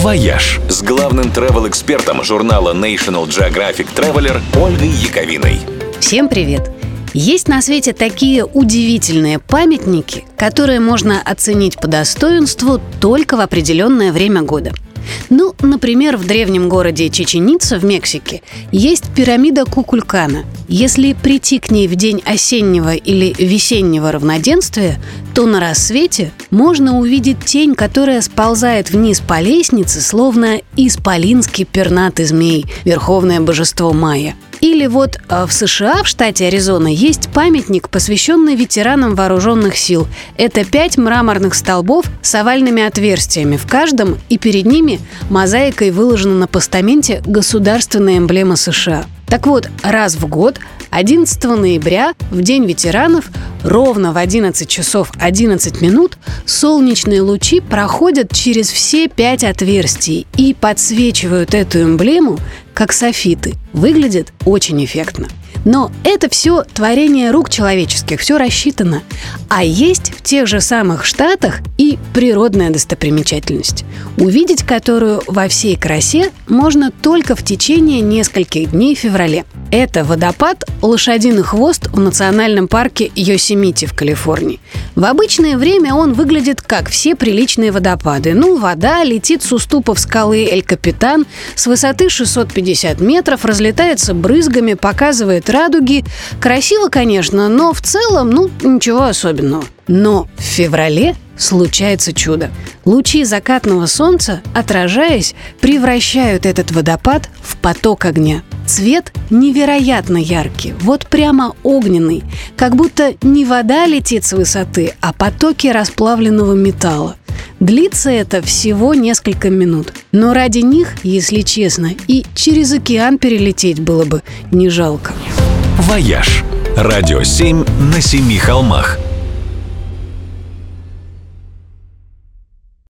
«Вояж» с главным travel-экспертом журнала National Geographic Traveler Ольгой Яковиной. Всем привет! Есть на свете такие удивительные памятники, которые можно оценить по достоинству только в определенное время года. Ну, например, в древнем городе Чичен-Ица в Мексике есть пирамида Кукулкана. Если прийти к ней в день осеннего или весеннего равноденствия, то на рассвете можно увидеть тень, которая сползает вниз по лестнице, словно исполинский пернатый змей, верховное божество майя. Или вот в США, в штате Аризона, есть памятник, посвященный ветеранам вооруженных сил. Это 5 мраморных столбов с овальными отверстиями в каждом, и перед ними мозаикой выложена на постаменте государственная эмблема США. Так вот, раз в год, 11 ноября, в День ветеранов, ровно в 11 часов 11 минут солнечные лучи проходят через все 5 отверстий и подсвечивают эту эмблему, как софиты. Выглядит очень эффектно. Но это все творение рук человеческих, все рассчитано. А есть в тех же самых Штатах и природная достопримечательность, увидеть которую во всей красе можно только в течение нескольких дней в феврале. Это водопад Лошадиный хвост в национальном парке Йосемити в Калифорнии. В обычное время он выглядит как все приличные водопады. Вода летит с уступов скалы Эль-Капитан, с высоты 650 метров, разлетается брызгами, показывает радуги. Красиво, конечно, но в целом, ничего особенного. Но в феврале случается чудо. Лучи закатного солнца, отражаясь, превращают этот водопад в поток огня. Цвет невероятно яркий, вот прямо огненный, как будто не вода летит с высоты, а потоки расплавленного металла. Длится это всего несколько минут. Но ради них, если честно, и через океан перелететь было бы не жалко. «Вояж» – радио 7 на 7 холмах.